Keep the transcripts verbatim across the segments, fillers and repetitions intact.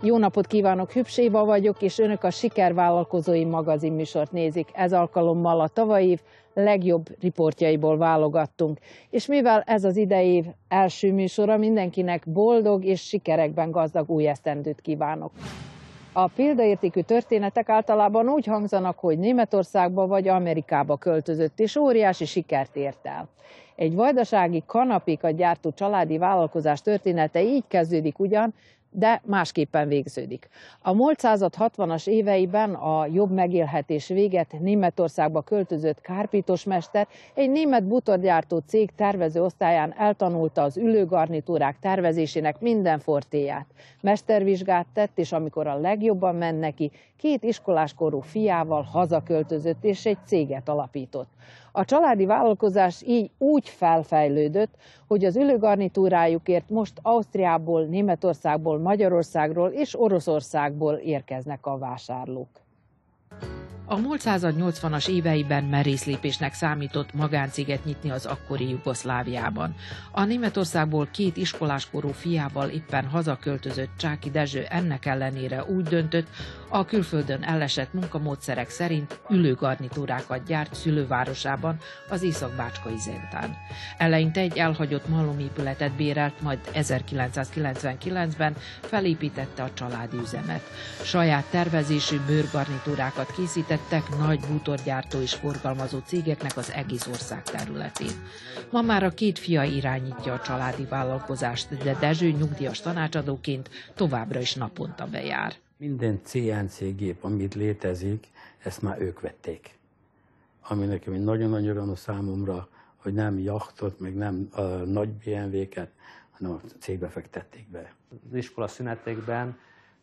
Jó napot kívánok, Hübs Éva vagyok, és önök a Sikervállalkozói magazin műsort nézik. Ez alkalommal a tavalyi év legjobb riportjaiból válogattunk. És mivel ez az idei év első műsora, mindenkinek boldog és sikerekben gazdag új esztendőt kívánok. A példaértékű történetek általában úgy hangzanak, hogy Németországba vagy Amerikába költözött, és óriási sikert ért el. Egy vajdasági kanapékat gyártó családi vállalkozás története így kezdődik ugyan, de másképpen végződik. A múlt század hatvanas éveiben a jobb megélhetés véget Németországba költözött kárpitos mester egy német bútorgyártó cég tervező osztályán eltanulta az ülőgarnitúrák tervezésének minden fortéját. Mestervizsgát tett, és amikor a legjobban ment neki, két iskoláskorú fiával hazaköltözött és egy céget alapított. A családi vállalkozás így úgy felfejlődött, hogy az ülőgarnitúrájukért most Ausztriából, Németországból, Magyarországról és Oroszországból érkeznek a vásárlók. A múlt század nyolcvanas éveiben merészlépésnek számított magáncéget nyitni az akkori Jugoszláviában. A Németországból két iskoláskorú fiával éppen hazaköltözött Csáky Dezső ennek ellenére úgy döntött, a külföldön ellesett munkamódszerek szerint ülőgarnitúrákat gyárt szülővárosában, az Észak-Bácskai Zentán. Eleinte egy elhagyott malomépületet bérelt, majd ezerkilencszázkilencvenkilencben felépítette a családi üzemet. Saját tervezésű bőrgarnitúrákat készített nagy bútorgyártó és forgalmazó cégeknek az egész ország területén. Ma már a két fia irányítja a családi vállalkozást, de Dezső nyugdíjas tanácsadóként továbbra is naponta bejár. Minden cé en cé gép, amit létezik, ezt már ők vették. Ami nekem egy nagyon-nagyon öröm számomra, hogy nem jachtot, meg nem a nagy bé em vé-ket, hanem a cégbe fektették be. Az iskola szünetekben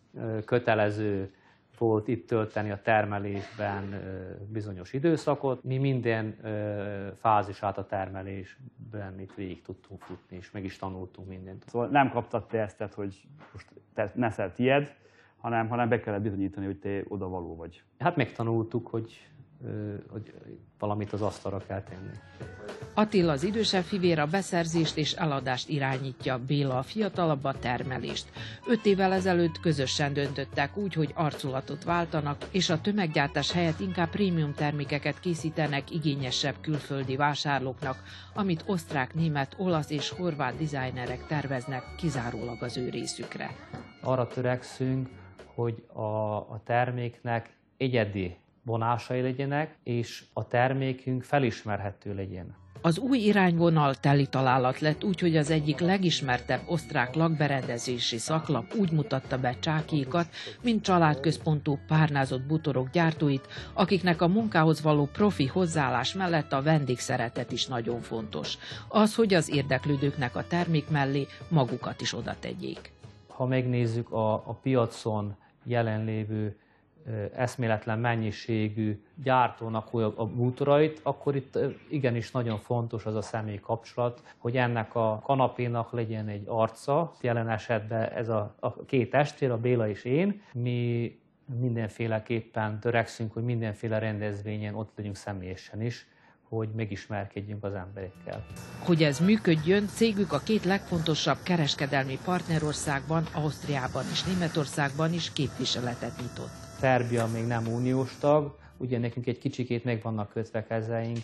kötelező volt itt tölteni a termelésben bizonyos időszakot. Mi minden fázisát a termelésben itt végig tudtunk futni, és meg is tanultunk mindent. Szóval nem kaptad te ezt, hogy most te neszel tied, hanem, hanem be kellett bizonyítani, hogy te oda való vagy. Hát megtanultuk, hogy, hogy valamit az asztalra kell tenni. Attila az idősebb fivér a beszerzést és eladást irányítja, Béla a fiatalabb a termelést. Öt évvel ezelőtt közösen döntöttek úgy, hogy arculatot váltanak, és a tömeggyártás helyett inkább prémium termékeket készítenek igényesebb külföldi vásárlóknak, amit osztrák, német, olasz és horvát dizájnerek terveznek kizárólag az ő részükre. Arra törekszünk, hogy a, a terméknek egyedi vonásai legyenek, és a termékünk felismerhető legyen. Az új irányvonal teli találat lett, úgyhogy az egyik legismertebb osztrák lakberendezési szaklap úgy mutatta be Csákyékat, mint családközpontú párnázott bútorok gyártóit, akiknek a munkához való profi hozzáállás mellett a vendégszeretet is nagyon fontos. Az, hogy az érdeklődőknek a termék mellé magukat is oda tegyék. Ha megnézzük a, a piacon jelenlévő eszméletlen mennyiségű gyártónak a bútorait, akkor itt igenis nagyon fontos az a személyi kapcsolat, hogy ennek a kanapénak legyen egy arca. Jelen esetben ez a, a két testvér, a Béla és én. Mi mindenféleképpen törekszünk, hogy mindenféle rendezvényen ott legyünk személyesen is, hogy megismerkedjünk az emberekkel. Hogy ez működjön, cégük a két legfontosabb kereskedelmi partnerországban, Ausztriában és Németországban is képviseletet nyitott. Szerbia még nem uniós tag, ugye nekünk egy kicsikét meg vannak kötve kezeink.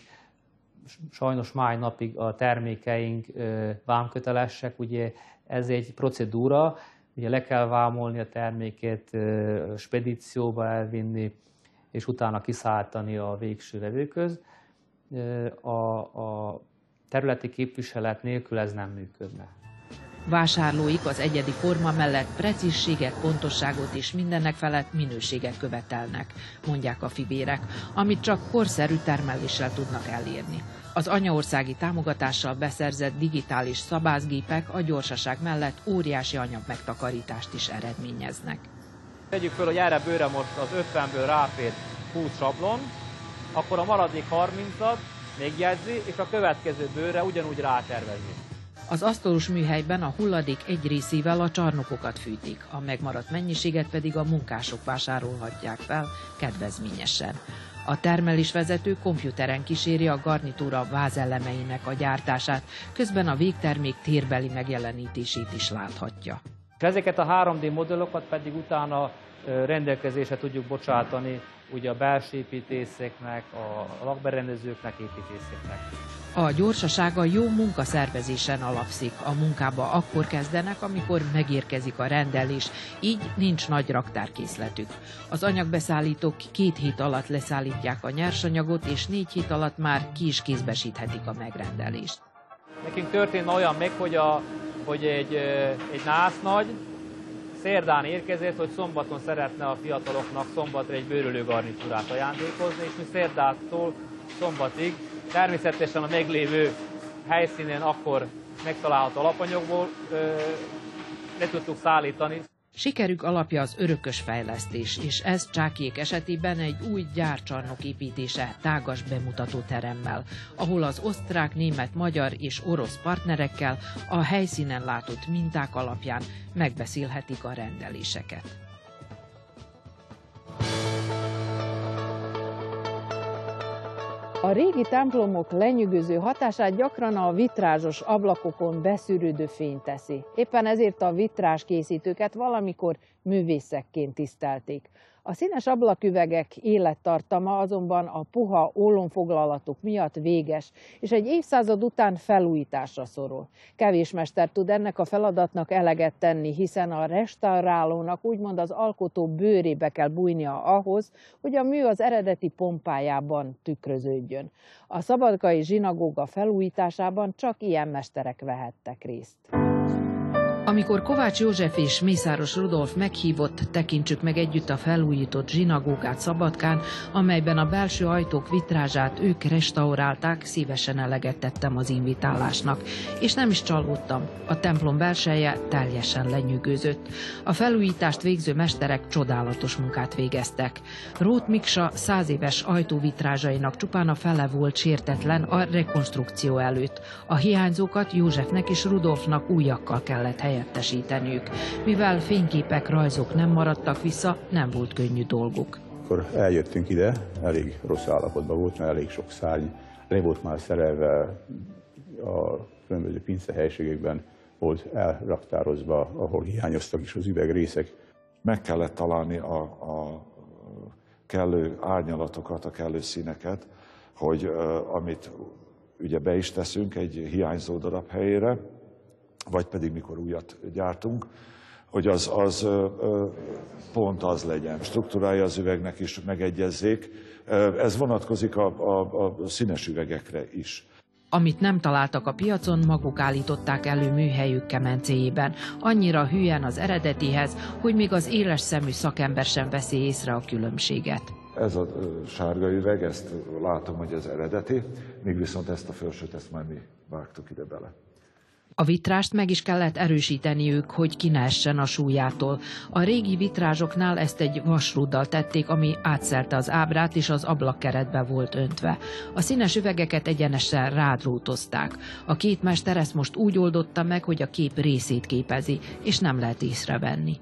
Sajnos máj napig a termékeink vámkötelesek, ugye ez egy procedúra, ugye le kell vámolni a terméket, spedícióba elvinni, és utána kiszállítani a végső vevőköz. A, a területi képviselet nélkül ez nem működne. Vásárlóik az egyedi forma mellett precízséget, pontosságot és mindennek felett minőséget követelnek, mondják a fivérek, amit csak korszerű termeléssel tudnak elérni. Az anyaországi támogatással beszerzett digitális szabászgépek a gyorsaság mellett óriási anyagmegtakarítást is eredményeznek. Tegyük föl, hogy erre bőre most az ötvenből ráfér húsz sablon, akkor a maradék harmincat megjegyzi, és a következő bőrre ugyanúgy rátervezni. Az asztalos műhelyben a hulladék egy részével a csarnokokat fűtik, a megmaradt mennyiséget pedig a munkások vásárolhatják fel kedvezményesen. A termelésvezető kompjúteren kíséri a garnitúra vázelemeinek a gyártását, közben a végtermék térbeli megjelenítését is láthatja. ezeket a három dé modellokat pedig utána rendelkezésre tudjuk bocsátani ugye a belső építészeknek, a lakberendezőknek, építészeknek. A gyorsaság a jó munkaszervezésen alapszik. A munkába akkor kezdenek, amikor megérkezik a rendelés, így nincs nagy raktárkészletük. Az anyagbeszállítók két hét alatt leszállítják a nyersanyagot, és négy hét alatt már ki is kézbesíthetik a megrendelést. Nekünk történt olyan még, hogy, a, hogy egy, egy násznagy szerdán érkezett, hogy szombaton szeretne a fiataloknak szombatra egy bőrölő garnitúrát ajándékozni, és mi szerdától szombatig természetesen a meglévő helyszínen akkor megtalálható alapanyagból le tudtuk szállítani. Sikerük alapja az örökös fejlesztés, és ez Csákyék esetében egy új gyárcsarnok építése tágas bemutató teremmel, ahol az osztrák, német, magyar és orosz partnerekkel a helyszínen látott minták alapján megbeszélhetik a rendeléseket. A régi templomok lenyűgöző hatását gyakran a vitrázsos ablakokon beszűrődő fény teszi. Éppen ezért a vitrázskészítőket valamikor művészekként tisztelték. A színes ablaküvegek élettartama azonban a puha ólomfoglalatok miatt véges, és egy évszázad után felújításra szorul. Kevés mester tud ennek a feladatnak eleget tenni, hiszen a restaurálónak úgymond az alkotó bőrébe kell bújnia ahhoz, hogy a mű az eredeti pompájában tükröződjön. A szabadkai zsinagóga felújításában csak ilyen mesterek vehettek részt. Amikor Kovács József és Mészáros Rudolf meghívott, tekintsük meg együtt a felújított zsinagógát Szabadkán, amelyben a belső ajtók vitrázsát ők restaurálták, szívesen eleget tettem az invitálásnak. És nem is csalódtam, a templom belseje teljesen lenyűgözött. A felújítást végző mesterek csodálatos munkát végeztek. Róth Miksa száz éves ajtóvitrázsainak csupán a fele volt sértetlen a rekonstrukció előtt. A hiányzókat Józsefnek és Rudolfnak újakkal kellett helyettesíteniük. Mivel fényképek, rajzok nem maradtak vissza, nem volt könnyű dolguk. Akkor eljöttünk ide, elég rossz állapotban volt, mert elég sok szárny le volt már szerelve, a különböző pincehelységekben volt elraktározva, ahol hiányoztak is az üvegrészek. Meg kellett találni a, a kellő árnyalatokat, a kellő színeket, hogy uh, amit ugye be is teszünk egy hiányzó darab helyére, vagy pedig mikor újat gyártunk, hogy az, az pont az legyen. Struktúrája az üvegnek is megegyezzék. Ez vonatkozik a, a, a színes üvegekre is. Amit nem találtak a piacon, maguk állították elő műhelyük kemencéjében. Annyira hülyen az eredetihez, hogy még az éles szemű szakember sem veszi észre a különbséget. Ez a sárga üveg, ezt látom, hogy ez eredeti, míg viszont ezt a felsőt, ezt már mi vágtuk ide bele. A vitrást meg is kellett erősíteniük, hogy ki ne essen a súlyától. A régi vitrázsoknál ezt egy vasrúddal tették, ami átszelte az ábrát, és az ablakkeretbe volt öntve. A színes üvegeket egyenesen rádrótozták. A két mester ezt most úgy oldotta meg, hogy a kép részét képezi, és nem lehet észrevenni.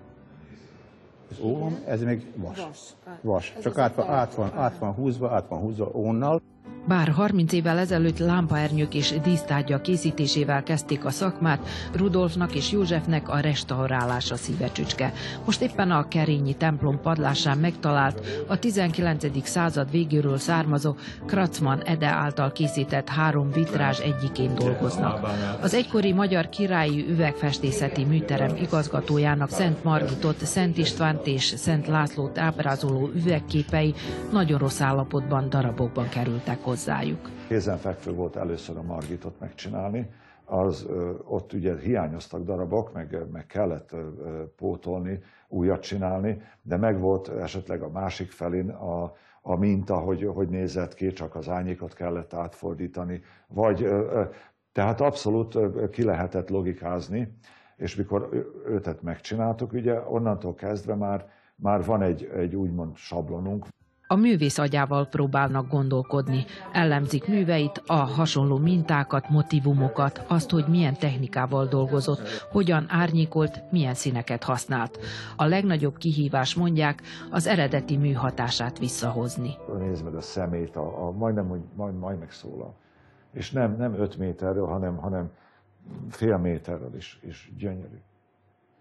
Az ólom, ez még vas. Vas. Csak át van, át, van, át van húzva, át van húzva ónnal. Bár harminc évvel ezelőtt lámpaernyők és dísztárgyak készítésével kezdték a szakmát, Rudolfnak és Józsefnek a restaurálása szívecsücske. Most éppen a kerényi templom padlásán megtalált, a tizenkilencedik század végéről származó Kracman Ede által készített három vitrázs egyikén dolgoznak. Az egykori magyar királyi üvegfestészeti műterem igazgatójának Szent Margitot, Szent Istvánt és Szent Lászlót ábrázoló üvegképei nagyon rossz állapotban, darabokban kerültek hozzájuk. Kézenfekvő volt először a Margitot megcsinálni, az, ö, ott ugye hiányoztak darabok, meg, meg kellett ö, pótolni, újat csinálni, de meg volt esetleg a másik felén a, a minta, hogy, hogy nézett ki, csak az árnyékot kellett átfordítani, vagy ö, ö, tehát abszolút ö, ki lehetett logikázni, és mikor őtet megcsináltuk, ugye onnantól kezdve már, már van egy, egy úgymond sablonunk. A művész agyával próbálnak gondolkodni, elemzik műveit, a hasonló mintákat, motivumokat, azt, hogy milyen technikával dolgozott, hogyan árnyékolt, milyen színeket használt. A legnagyobb kihívás, mondják, az eredeti mű hatását visszahozni. Nézd meg a szemét, a, a, majdnem, hogy majd, majd megszólal. És nem, nem öt méterről, hanem, hanem fél méterről is, is gyönyörű.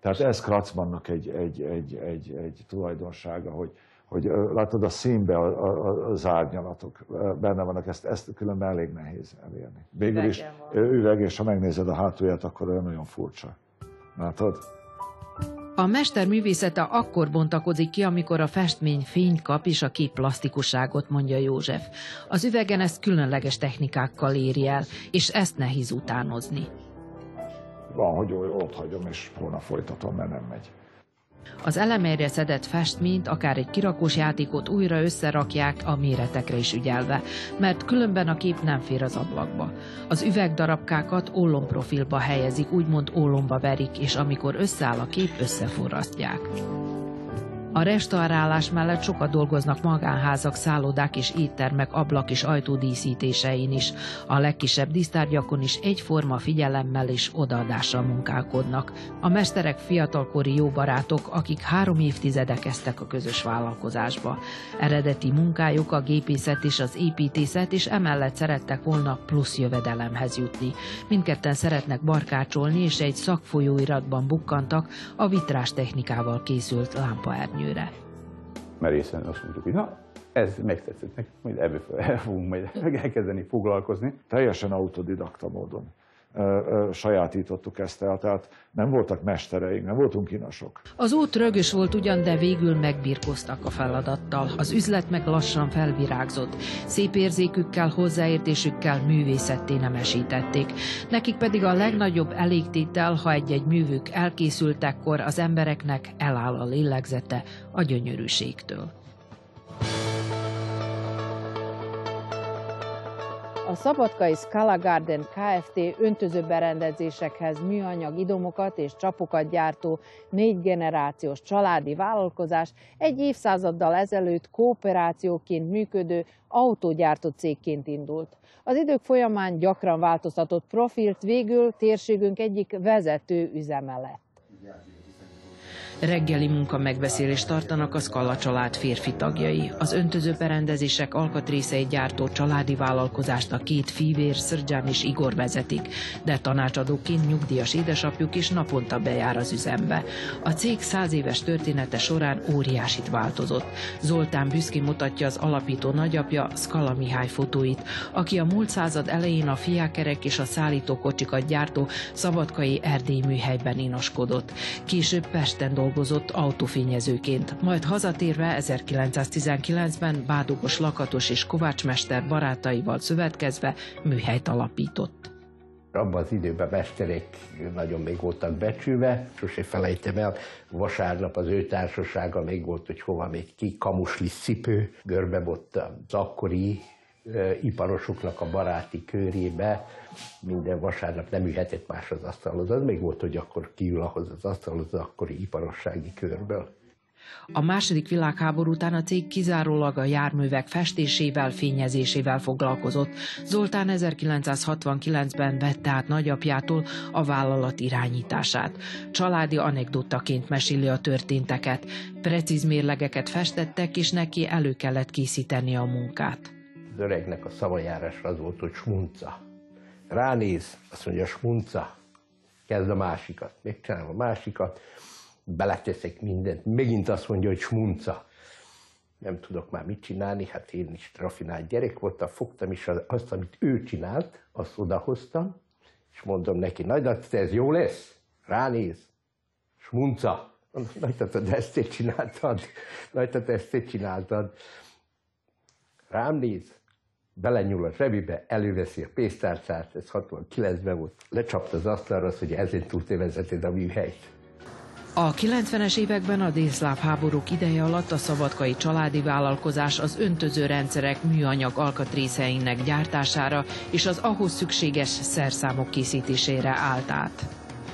Tehát ez Kratzmannnak egy, egy, egy, egy, egy tulajdonsága, hogy, hogy látod a színbe a, a, az árnyalatok benne vannak, ezt, ezt különben elég nehéz elérni. Végül is üveg, és ha megnézed a hátulját, akkor olyan nagyon furcsa. Látod? A mester művészete akkor bontakozik ki, amikor a festmény fényt kap és a kép plastikusságot, mondja József. Az üvegen ezt különleges technikákkal éri el, és ezt nehéz utánozni. Van, hogy ott hagyom, és holnap folytatom, mert nem megy. Az elemelyre szedett festményt, akár egy kirakós játékot újra összerakják a méretekre is ügyelve, mert különben a kép nem fér az ablakba. Az üvegdarabkákat ólomprofilba helyezik, úgymond ólomba verik, és amikor összeáll a kép, összeforrasztják. A restaurálás mellett sokat dolgoznak magánházak, szállodák és éttermek ablak és ajtó díszítésein is. A legkisebb dísztárgyakon is egyforma figyelemmel és odaadással munkálkodnak. A mesterek fiatalkori jó barátok, akik három évtizede kezdtek a közös vállalkozásba. Eredeti munkájuk a gépészet és az építészet, és emellett szerettek volna plusz jövedelemhez jutni. Mindketten szeretnek barkácsolni, és egy szakfolyóiratban bukkantak a vitrás technikával készült lámpaernyőre. Merészen azt mondjuk, hogy na, ez megtetszett nekünk, majd ebből fogunk majd elkezdeni foglalkozni. Teljesen autodidakta módon ö, ö, sajátítottuk ezt el, tehát nem voltak mestereink, nem voltunk inasok. Az út rögös volt ugyan, de végül megbirkóztak a feladattal. Az üzlet meg lassan felvirágzott. Szép érzékükkel, hozzáértésükkel művészetté nemesítették. Nekik pedig a legnagyobb elégtétel, ha egy-egy művük elkészültekkor az embereknek eláll a lélegzete a gyönyörűségtől. A szabadkai Scala Garden Kft. Öntözőberendezésekhez műanyag idomokat és csapokat gyártó négy generációs családi vállalkozás egy évszázaddal ezelőtt kooperációként működő autógyártó cégként indult. Az idők folyamán gyakran változtatott profilt, végül térségünk egyik vezető üzeme lett. Reggeli munka megbeszélést tartanak a Scala család férfi tagjai. Az öntözőberendezések alkatrészeit gyártó családi vállalkozást a két fivér, Szrdzsán és Igor vezetik, de tanácsadóként nyugdíjas édesapjuk is naponta bejár az üzembe. A cég száz éves története során óriásit változott. Zoltán büszkén mutatja az alapító nagyapja, Scala Mihály fotóit, aki a múlt század elején a fiákerek és a szállítókocsikat gyártó szabadkai Erdély műhelyben inoskodott. Később Pesten dolgozott autófényezőként, majd hazatérve ezerkilencszáztizenkilencben Bádogos Lakatos és kovácsmester barátaival szövetkezve műhelyt alapított. Abban az időben mesterek nagyon még voltak becsülve, sose felejtem el, vasárnap az ő társasága még volt, hogy hova még ki, kamusli cipő, görbebott az akkori e, iparosoknak a baráti körébe, minden vasárnap nem ülhetett más az asztalhoz, az még volt, hogy akkor kiül ahhoz az asztalhoz az akkori iparossági körből. A második világháború után a cég kizárólag a járművek festésével, fényezésével foglalkozott. Zoltán ezerkilencszázhatvankilencben vette át nagyapjától a vállalat irányítását. Családi anekdotaként meséli a történteket. Precíz mérlegeket festettek, és neki elő kellett készíteni a munkát. Az öregnek a szavajárásra az volt, hogy smunca. Ránéz, azt mondja, smunca, kezd a másikat, megcsinálom a másikat, beleteszek mindent, megint azt mondja, hogy smunca. Nem tudok már mit csinálni, hát én is rafinált gyerek voltam, fogtam is azt, amit ő csinált, azt odahoztam, és mondom neki, nagytata, ez jó lesz? Ránéz, smunca. Nagytata, de ezt te csináltad, nagytata, ezt te csináltad. Rám néz, belenyúl a zsebébe, előveszi a pénztárcát, ez hatvankilencben volt, lecsapta az asztalra, azt, hogy ezen túl te vezeted a műhelyt. A kilencvenes években a délszláv háborúk ideje alatt a szabadkai családi vállalkozás az öntözőrendszerek műanyag alkatrészeinek gyártására és az ahhoz szükséges szerszámok készítésére állt át.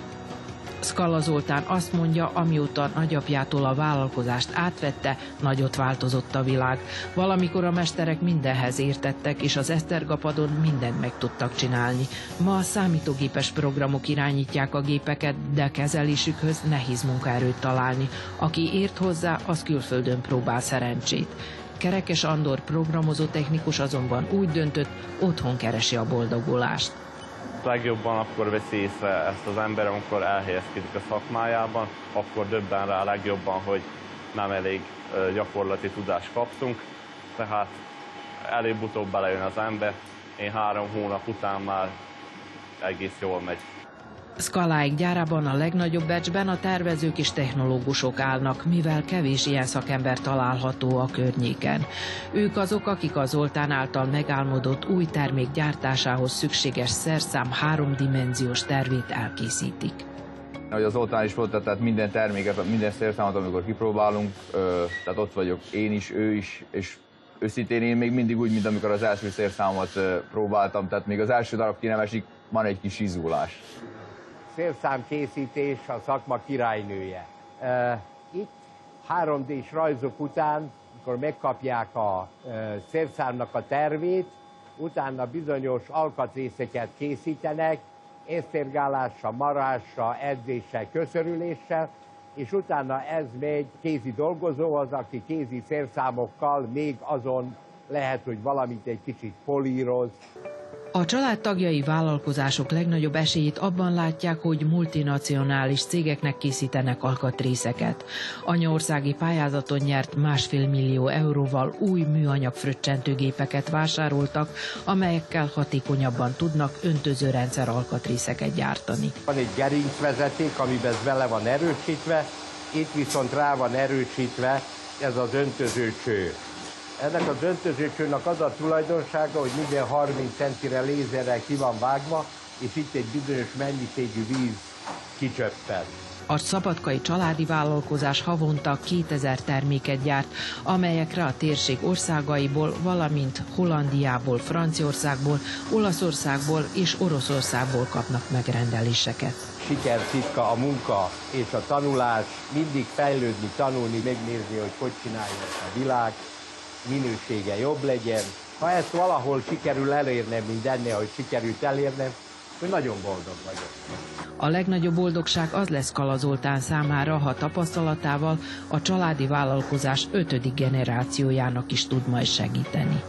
Scala Zoltán azt mondja, amióta nagyapjától a vállalkozást átvette, nagyot változott a világ. Valamikor a mesterek mindenhez értettek, és az Esztergapadon mindent meg tudtak csinálni. Ma a számítógépes programok irányítják a gépeket, de kezelésükhöz nehéz munkaerőt találni. Aki ért hozzá, az külföldön próbál szerencsét. Kerekes Andor programozó technikus azonban úgy döntött, otthon keresi a boldogulást. legjobban akkor veszi észre ezt az ember, amikor elhelyezkedik a szakmájában, akkor döbben rá legjobban, hogy nem elég gyakorlati tudást kaptunk, tehát előbb-utóbb belejön az ember, én három hónap után már egész jól megy. Skaláik gyárában a legnagyobb becsben a tervezők és technológusok állnak, mivel kevés ilyen szakember található a környéken. Ők azok, akik a Zoltán által megálmodott új termék gyártásához szükséges szerszám háromdimenziós tervét elkészítik. Ahogy az Zoltán is mondta, tehát minden terméket, minden szerszámot, amikor kipróbálunk, tehát ott vagyok én is, ő is, és őszintén én még mindig úgy, mint amikor az első szerszámot próbáltam, tehát még az első darab ki nem esik, van egy kis izgulás. Szerszámkészítés a szakma királynője. Itt három dés rajzok után, amikor megkapják a szerszámnak a tervét, utána bizonyos alkatrészeket készítenek, esztergálással, marással, edzéssel, köszörüléssel, és utána ez megy kézi dolgozóhoz, aki kézi szerszámokkal még azon lehet, hogy valamit egy kicsit políroz. A családtagjai vállalkozások legnagyobb esélyét abban látják, hogy multinacionális cégeknek készítenek alkatrészeket. Anyaországi pályázaton nyert másfél millió euróval új műanyag fröccsentőgépeket vásároltak, amelyekkel hatékonyabban tudnak öntözőrendszer alkatrészeket gyártani. Van egy gerincvezeték, amiben ez vele van erősítve, itt viszont rá van erősítve ez az öntözőcső. Ennek az öntözőcsőnek az a tulajdonsága, hogy minden harminc centire lézerrel ki van vágva, és itt egy bizonyos mennyiségű víz kicsöppen. A szabadkai családi vállalkozás havonta kétezer terméket gyárt, amelyekre a térség országaiból, valamint Hollandiából, Franciaországból, Olaszországból és Oroszországból kapnak megrendeléseket. Sikertitka a munka és a tanulás, mindig fejlődni, tanulni, megnézni, hogy hogy csinálja a világ, minősége jobb legyen. Ha ezt valahol sikerül elérnem, mint ennél, hogy sikerült elérnem, hogy nagyon boldog vagyok. A legnagyobb boldogság az lesz Kala Zoltán számára, ha tapasztalatával a családi vállalkozás ötödik generációjának is tud majd segíteni.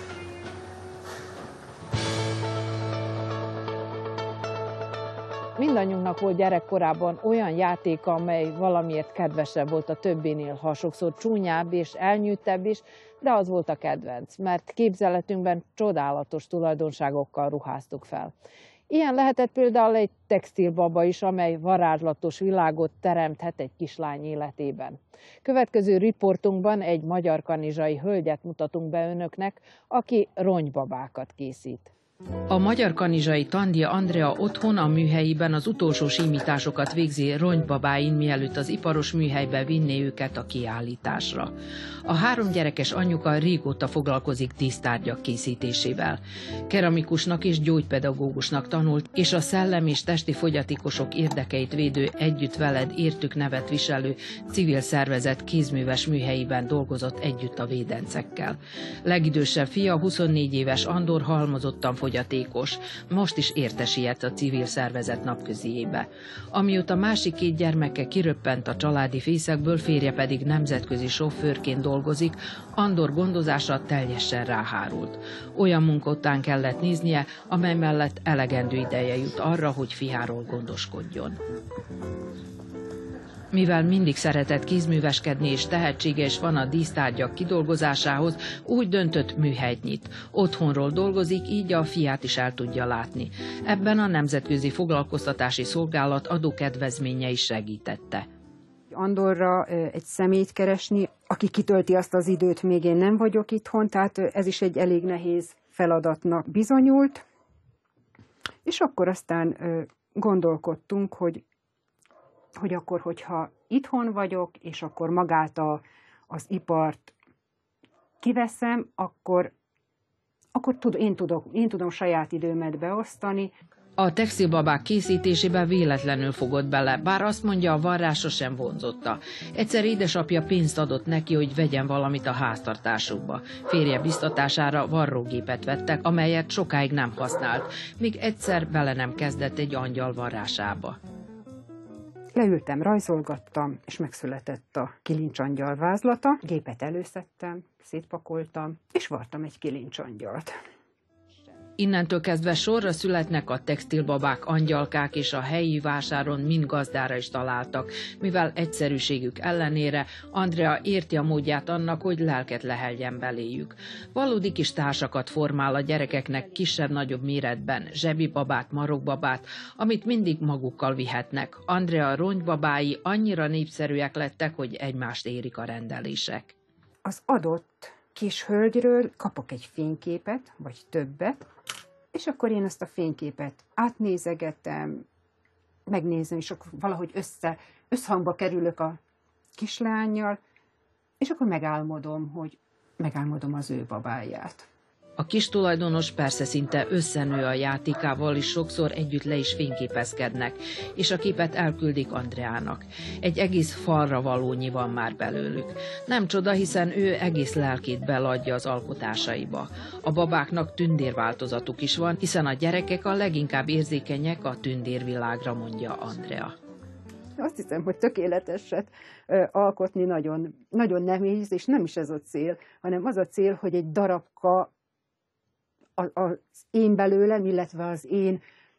Mindannyiunknak volt gyerekkorában olyan játéka, amely valamiért kedvesebb volt a többinél, ha sokszor csúnyább és elnyűttebb is, de az volt a kedvenc, mert képzeletünkben csodálatos tulajdonságokkal ruháztuk fel. Ilyen lehetett például egy textilbaba is, amely varázslatos világot teremthet egy kislány életében. Következő riportunkban egy magyarkanizsai hölgyet mutatunk be önöknek, aki ronybabákat készít. A magyarkanizsai Tandia Andrea otthon a műhelyiben az utolsó simításokat végzi ronybabáin, mielőtt az iparos műhelybe vinné őket a kiállításra. A három gyerekes anyuka régóta foglalkozik dísztárgyak készítésével. Keramikusnak és gyógypedagógusnak tanult, és a szellemi és testi fogyatékosok érdekeit védő Együtt veled értük nevet viselő civil szervezet kézműves műhelyiben dolgozott együtt a védencekkel. Legidősebb fia, huszonnégy éves Andor halmozottan fogyatékos, most is értesiet a civil szervezet napköziébe. Amióta másik két gyermeke kiröppent a családi fészekből, férje pedig nemzetközi sofőrként dolgozik, Andor gondozása teljesen ráhárult. Olyan munka után kellett néznie, amely mellett elegendő ideje jut arra, hogy fiáról gondoskodjon. Mivel mindig szeretett kézműveskedni és tehetsége is van a dísztárgyak kidolgozásához, úgy döntött, műhelyt nyit. Otthonról dolgozik, így a fiát is el tudja látni. Ebben a Nemzetközi Foglalkoztatási Szolgálat adókedvezménye is segítette. Andorra egy személyt keresni, aki kitölti azt az időt, még én nem vagyok itthon, tehát ez is egy elég nehéz feladatnak bizonyult. És akkor aztán gondolkodtunk, hogy hogy akkor, hogyha itthon vagyok, és akkor magát a, az ipart kiveszem, akkor, akkor tud, én, tudok, én tudom saját időmet beosztani. A textilbabák készítésébe véletlenül fogott bele, bár azt mondja, a varrás sosem vonzotta. Egyszer édesapja pénzt adott neki, hogy vegyen valamit a háztartásukba. Férje biztatására varrógépet vettek, amelyet sokáig nem használt, míg egyszer bele nem kezdett egy angyal varrásába. Leültem, rajzolgattam, és megszületett a kilincsangyal vázlata. Gépet előszedtem, szétpakoltam, és vartam egy kilincsangyalt. Innentől kezdve sorra születnek a textilbabák, angyalkák, és a helyi vásáron mind gazdára is találtak, mivel egyszerűségük ellenére Andrea érti a módját annak, hogy lelket leheljen beléjük. Valódi kis társakat formál a gyerekeknek kisebb-nagyobb méretben, zsebibabát, marokbabát, amit mindig magukkal vihetnek. Andrea ronybabái annyira népszerűek lettek, hogy egymást érik a rendelések. Az adott kis hölgyről kapok egy fényképet, vagy többet, és akkor én ezt a fényképet átnézegetem, megnézem, és akkor valahogy össze, összhangba kerülök a kislánnyal, és akkor megálmodom, hogy megálmodom az ő babáját. A kis tulajdonos persze szinte összenő a játékával, és sokszor együtt le is fényképezkednek, és a képet elküldik Andreának. Egy egész falra valónyi van már belőlük. Nem csoda, hiszen ő egész lelkét beladja az alkotásaiba. A babáknak tündérváltozatuk is van, hiszen a gyerekek a leginkább érzékenyek a tündérvilágra, mondja Andrea. Azt hiszem, hogy tökéleteset alkotni nagyon, nagyon nehéz, és nem is ez a cél, hanem az a cél, hogy egy darabka az én belőlem, illetve az én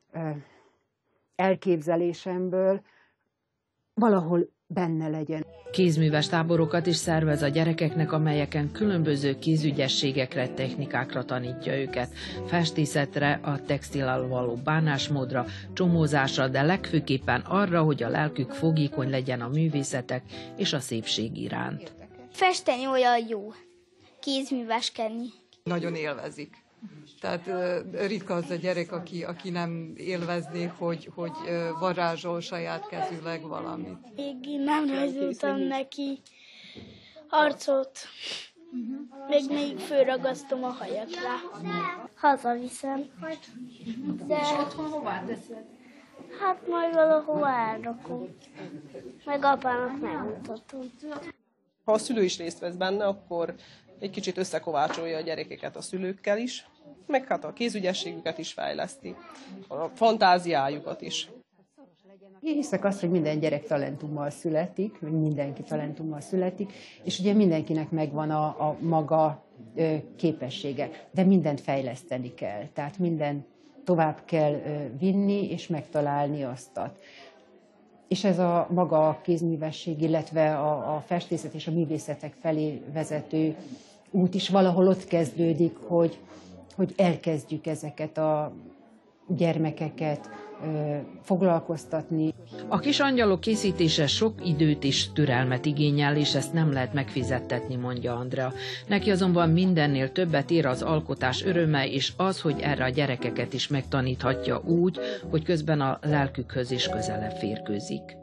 elképzelésemből valahol benne legyen. Kézműves táborokat is szervez a gyerekeknek, amelyeken különböző kézügyességekre, technikákra tanítja őket. Festészetre, a textillal való bánásmódra, csomózásra, de legfőképpen arra, hogy a lelkük fogékony legyen a művészetek és a szépség iránt. Festeni olyan jó, kézműveskedni. Nagyon élvezik. Tehát uh, ritka az a gyerek, aki, aki nem élvezné, hogy, hogy uh, varázsol saját kezűleg valamit. Még nem rajzoltam neki arcot, még még fölragasztom a hajakra. Hazaviszem. De... És otthon hová teszed? Hát majd valahova elrakom. Meg apának megmutatom. Ha a szülő is részt vesz benne, akkor egy kicsit összekovácsolja a gyerekeket a szülőkkel is, meg hát a kézügyességüket is fejleszti, a fantáziájukat is. Én hiszek azt, hogy minden gyerek talentummal születik, mindenki talentummal születik, és ugye mindenkinek megvan a, a maga ö, képessége, de mindent fejleszteni kell, tehát minden tovább kell ö, vinni és megtalálni aztat. És ez a maga a kézművesség, illetve a, a festészet és a művészetek felé vezető út is valahol ott kezdődik, hogy, hogy elkezdjük ezeket a gyermekeket ö, foglalkoztatni. A kis angyalok készítése sok időt és türelmet igényel, és ezt nem lehet megfizettetni, mondja Andrea. Neki azonban mindennél többet ér az alkotás öröme, és az, hogy erre a gyerekeket is megtaníthatja úgy, hogy közben a lelkükhöz is közelebb férkőzik.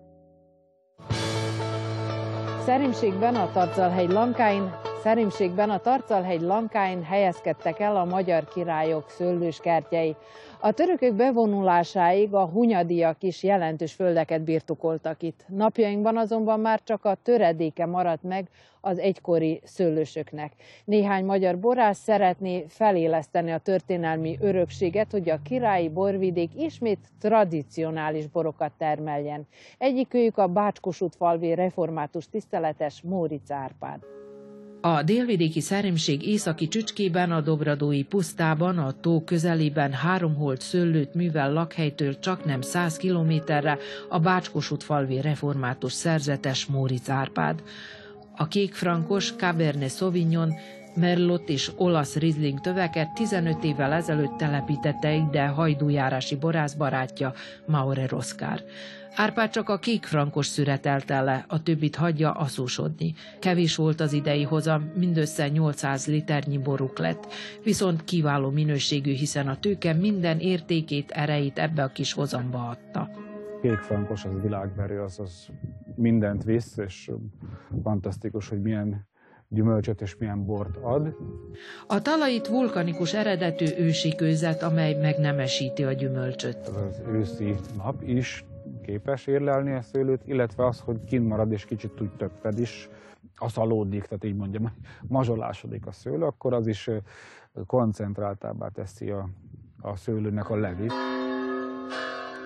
Szerémségben a Tarcalhegy Lankáin, Szerémségben a Tarcalhegy Lankáin helyezkedtek el a magyar királyok szőlőskertjei. A törökök bevonulásáig a hunyadiak is jelentős földeket birtokoltak itt. Napjainkban azonban már csak a töredéke maradt meg az egykori szőlősöknek. Néhány magyar borász szeretné feléleszteni a történelmi örökséget, hogy a királyi borvidék ismét tradicionális borokat termeljen. Egyikőjük a bács-kossuthfalvi református tiszteletes Móricz Árpád. A délvidéki Szerémség északi csücskében, a Dobradói pusztában, a tó közelében három holt szőlőt művel lakhelytől csaknem száz kilométerre a bács-kossuthfalvi református szerzetes Móricz Árpád. A kékfrankos, Cabernet Sauvignon, Merlot és olasz Riesling töveket tizenöt évvel ezelőtt telepítette ide hajdújárási borász barátja, Maurer Oszkár. Árpád csak a kékfrankos szüret elte le, a többit hagyja aszósodni. Kevés volt az idei hozam, mindössze nyolcszáz liternyi boruk lett, viszont kiváló minőségű, hiszen a tőke minden értékét, erejét ebbe a kis hozamba adta. Kékfrankos, az világverő, az, az mindent visz, és fantasztikus, hogy milyen gyümölcsöt és milyen bort ad. A talajit vulkanikus eredetű ősi kőzet, amely megnemesíti a gyümölcsöt. Az őszi nap is képes érlelni a szőlőt, illetve az, hogy kint marad és kicsit úgy többed is, aszalódik, tehát így mondjam, mazsolásodik a szőlő, akkor az is koncentráltábbá teszi a, a szőlőnek a levét.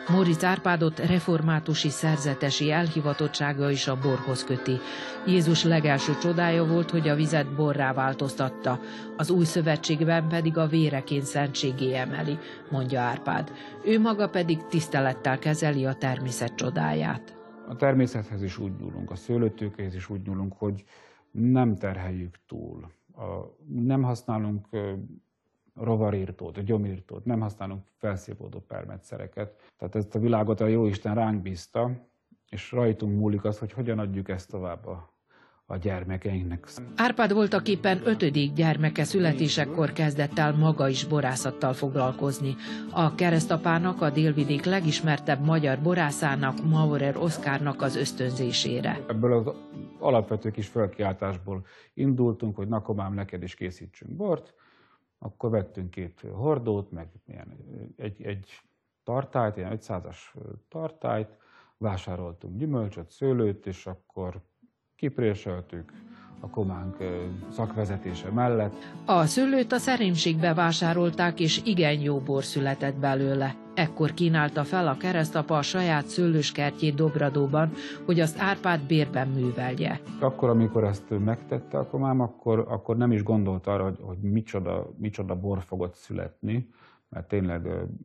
Móricz Árpádot reformátusi szerzetesi elhivatottsága is a borhoz köti. Jézus legelső csodája volt, hogy a vizet borrá változtatta, az új szövetségben pedig a véreként szentségé emeli, mondja Árpád. Ő maga pedig tisztelettel kezeli a természet csodáját. A természethez is úgy nyúlunk, a szőlőtőkéhez is úgy nyúlunk, hogy nem terheljük túl. A, nem használunk rovarírtót, gyomírtót, nem használunk felszívódó permetszereket. Tehát ezt a világot a Jóisten ránk bízta, és rajtunk múlik az, hogy hogyan adjuk ezt tovább a, a gyermekeinknek. Árpád voltaképpen ötödik gyermeke születésekor kezdett el maga is borászattal foglalkozni. A keresztapának, a délvidék legismertebb magyar borászának, Maurer Oszkárnak az ösztönzésére. Ebből az alapvető kis felkiáltásból indultunk, hogy na komám, neked is készítsünk bort. Akkor vettünk két hordót, meg egy, egy tartályt, ilyen ötszázas tartályt, vásároltunk gyümölcsöt, szőlőt, és akkor kipréseltük a kománk szakvezetése mellett. A szőlőt a szerémségbe vásárolták, és igen jó bor született belőle. Ekkor kínálta fel a keresztapa a saját szőlőskertjét Dobradóban, hogy azt Árpád bérben művelje. Akkor, amikor ezt megtette a komám, akkor, akkor nem is gondolt arra, hogy, hogy micsoda, micsoda bor fogott születni, mert tényleg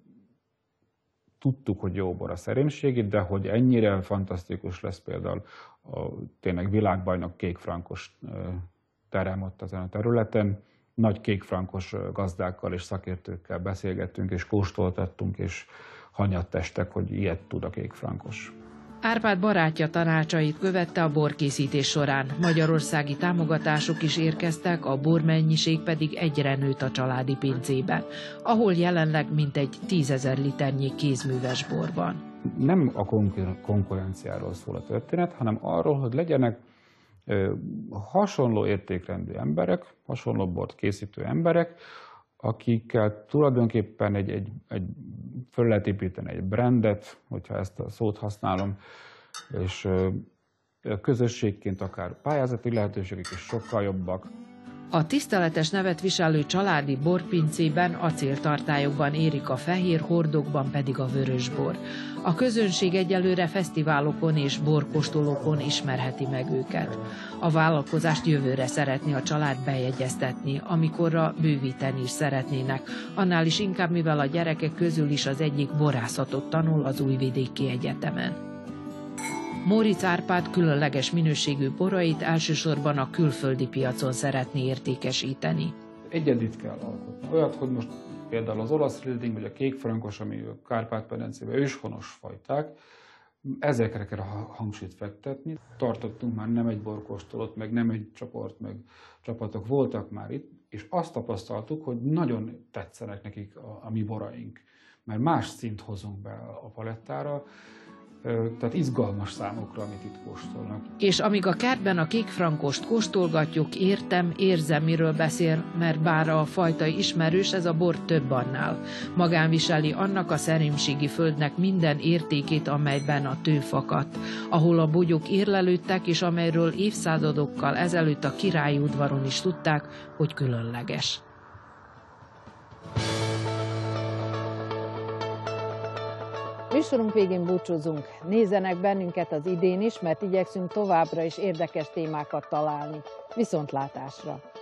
tudtuk, hogy jó bor a szerémségi, de hogy ennyire fantasztikus lesz például a tényleg világbajnok kékfrankos terem ott ezen a területen. Nagy kékfrankos gazdákkal és szakértőkkel beszélgettünk, és kóstoltattunk, és hanyattestek, hogy ilyet tud a kékfrankos. Árpád barátja tanácsait követte a borkészítés során. Magyarországi támogatások is érkeztek, a bormennyiség pedig egyre nőtt a családi pincében, ahol jelenleg mintegy tízezer liternyi kézműves bor van. Nem a konkurenciáról szól a történet, hanem arról, hogy legyenek hasonló értékrendű emberek, hasonló bort készítő emberek, akikkel tulajdonképpen egy, egy, egy föl lehet építeni egy brandet, hogyha ezt a szót használom, és közösségként akár pályázati lehetőségek is sokkal jobbak. A tiszteletes nevet viselő családi borpincében acéltartályokban érik a fehér, hordókban pedig a vörösbor. A közönség egyelőre fesztiválokon és borkóstolókon ismerheti meg őket. A vállalkozást jövőre szeretné a család bejegyeztetni, amikorra bővíteni is szeretnének, annál is inkább, mivel a gyerekek közül is az egyik borászatot tanul az Újvidéki Egyetemen. Móricz Árpád különleges minőségű borait elsősorban a külföldi piacon szeretné értékesíteni. Egyedit kell alkotni. Olyat, hogy most például az olasz Riesling vagy a kékfrankos, ami a Kárpát-medencében őshonos fajták, ezekre kell hangsúlyt fektetni. Tartottunk már nem egy borkóstolót, meg nem egy csoport, meg csapatok voltak már itt, és azt tapasztaltuk, hogy nagyon tetszenek nekik a, a mi boraink, mert más szint hozunk be a palettára, tehát izgalmas számokra, amit itt kóstolnak. És amíg a kertben a kékfrankost kóstolgatjuk, értem, érzem, miről beszél, mert bár a fajta ismerős, ez a bor több annál. Magán viseli annak a szerémségi földnek minden értékét, amelyben a tő fakadt, ahol a bogyók érlelődtek, és amelyről évszázadokkal ezelőtt a királyi udvaron is tudták, hogy különleges. Műsorunk végén búcsúzunk. Nézzenek bennünket az idén is, mert igyekszünk továbbra is érdekes témákat találni. Viszontlátásra!